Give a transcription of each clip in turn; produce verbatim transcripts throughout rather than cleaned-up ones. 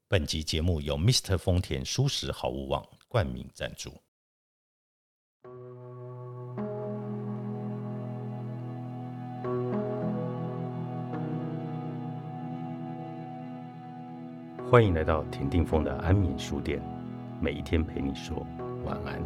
本集节目由 Mister 丰田舒适好物网冠名赞助。欢迎来到田定峰的安眠书店，每一天陪你说晚安。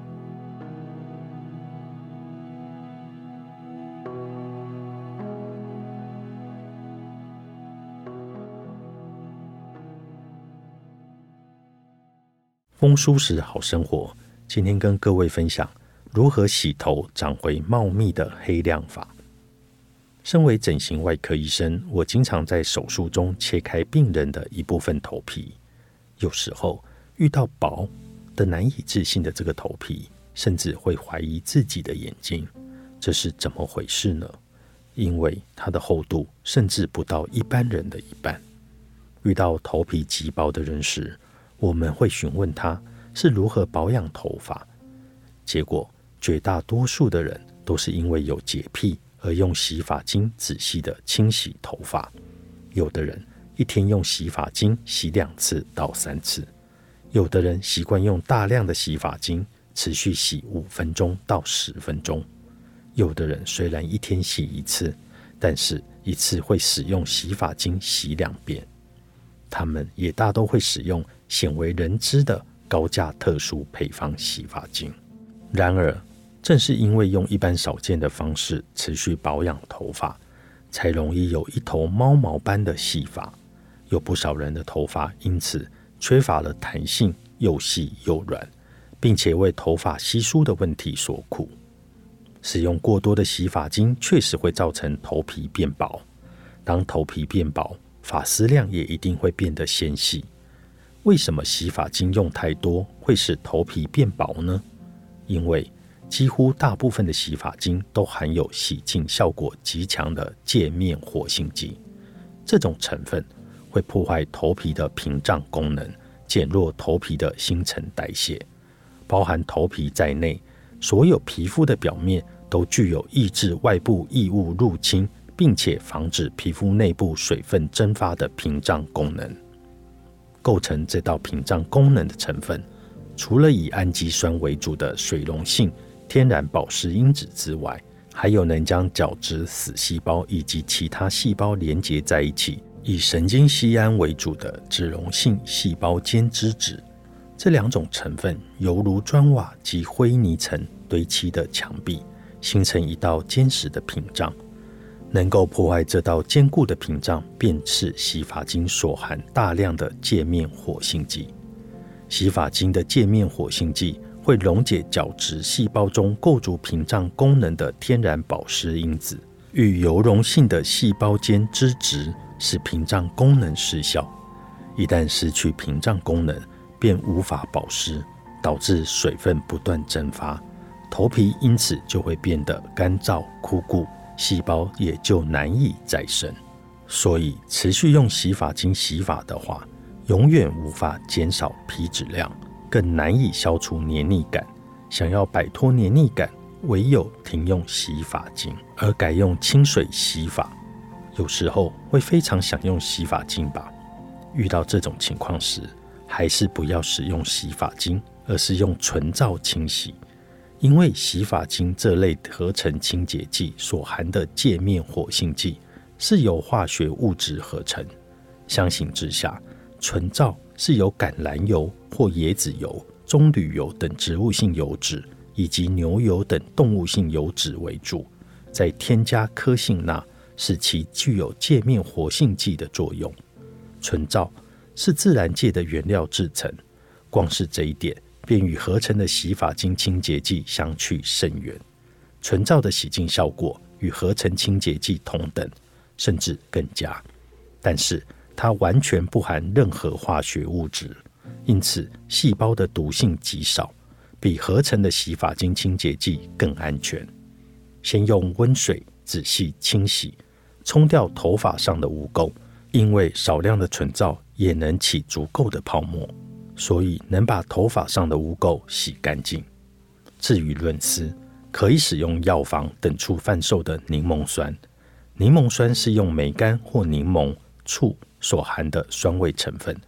风舒适好生活，今天跟各位分享如何洗头长回茂密的黑亮发。身为整形外科医生，我经常在手术中切开病人的一部分头皮，有时候遇到薄的难以置信的这个头皮，甚至会怀疑自己的眼睛，这是怎么回事呢？因为它的厚度甚至不到一般人的一半。遇到头皮极薄的人时，我们会询问他是如何保养头发，结果绝大多数的人都是因为有洁癖而用洗发精仔细的清洗头发，有的人一天用洗发精洗两次到三次，有的人习惯用大量的洗发精持续洗五分钟到十分钟，有的人虽然一天洗一次，但是一次会使用洗发精洗两遍。他们也大都会使用鲜为人知的高价特殊配方洗发精。然而正是因为用一般少见的方式持续保养头发，才容易有一头猫毛般的细发。有不少人的头发因此缺乏了弹性，又细又软，并且为头发稀疏的问题所苦。使用过多的洗发精确实会造成头皮变薄，当头皮变薄，发丝量也一定会变得纤细。为什么洗发精用太多会使头皮变薄呢？因为几乎大部分的洗发精都含有洗净效果极强的界面活性剂，这种成分会破坏头皮的屏障功能，减弱头皮的新陈代谢。包含头皮在内，所有皮肤的表面都具有抑制外部异物入侵，并且防止皮肤内部水分蒸发的屏障功能。构成这道屏障功能的成分，除了以氨基酸为主的水溶性天然保湿因子之外，还有能将角质死细胞以及其他细胞连结在一起，以神经酰胺为主的脂溶性细胞间脂质。这两种成分犹如砖瓦及灰泥层堆砌的墙壁，形成一道坚实的屏障。能够破坏这道坚固的屏障，便是洗发精所含大量的界面活性剂。洗发精的界面活性剂会溶解角质细胞中构筑屏障功能的天然保湿因子，与油溶性的细胞间脂质使屏障功能失效。一旦失去屏障功能，便无法保湿，导致水分不断蒸发，头皮因此就会变得干燥枯固，细胞也就难以再生。所以持续用洗发精洗发的话，永远无法减少皮脂量，更难以消除黏腻感。想要摆脱黏腻感，唯有停用洗发精，而改用清水洗发。有时候会非常想用洗发精吧？遇到这种情况时，还是不要使用洗发精，而是用纯皂清洗。因为洗发精这类合成清洁剂所含的界面活性剂是由化学物质合成，相形之下，纯皂是由橄榄油或椰子油、棕榈油等植物性油脂以及牛油等动物性油脂为主，再添加科性钠，使其具有界面活性剂的作用。纯皂是自然界的原料制成，光是这一点便与合成的洗发精清洁剂相去甚远。纯皂的洗净效果与合成清洁剂同等，甚至更佳，但是它完全不含任何化学物质，因此细胞的毒性极少，比合成的洗发精清洁剂更安全。先用温水仔细清洗，冲掉头发上的污垢，因为少量的纯皂也能起足够的泡沫，所以能把头发上的污垢洗干净。至于润丝，可以使用药房等处贩售的柠檬酸。柠檬酸是用梅干或柠檬、醋所含的酸味成分，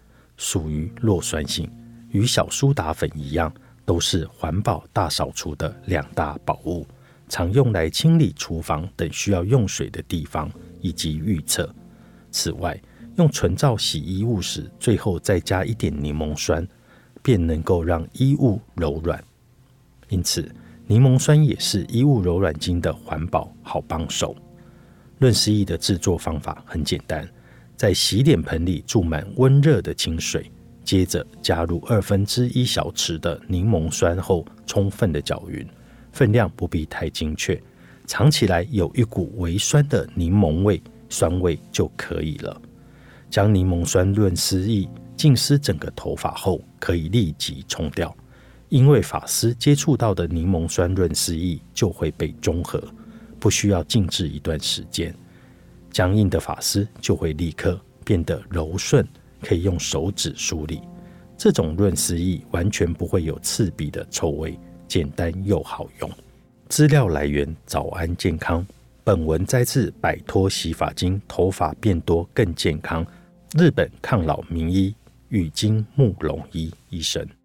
属于弱酸性，与小苏打粉一样，都是环保大扫除的两大宝物，常用来清理厨房等需要用水的地方以及预测。此外，用纯皂洗衣物时，最后再加一点柠檬酸，便能够让衣物柔软。因此，柠檬酸也是衣物柔软巾的环保好帮手。润湿液的制作方法很简单，在洗脸盆里注满温热的清水，接着加入二分之一小匙的柠檬酸后，充分的搅匀，分量不必太精确，尝起来有一股微酸的柠檬味、酸味就可以了。将柠檬酸润湿液浸湿整个头发后，可以立即冲掉，因为发丝接触到的柠檬酸润湿液就会被中和，不需要静置一段时间，僵硬的发丝就会立刻变得柔顺，可以用手指梳理。这种润湿液完全不会有刺鼻的臭味，简单又好用。资料来源：早安健康。本文摘自《摆脱洗发精，头发变多更健康》，日本抗老名医宇津木隆一医生。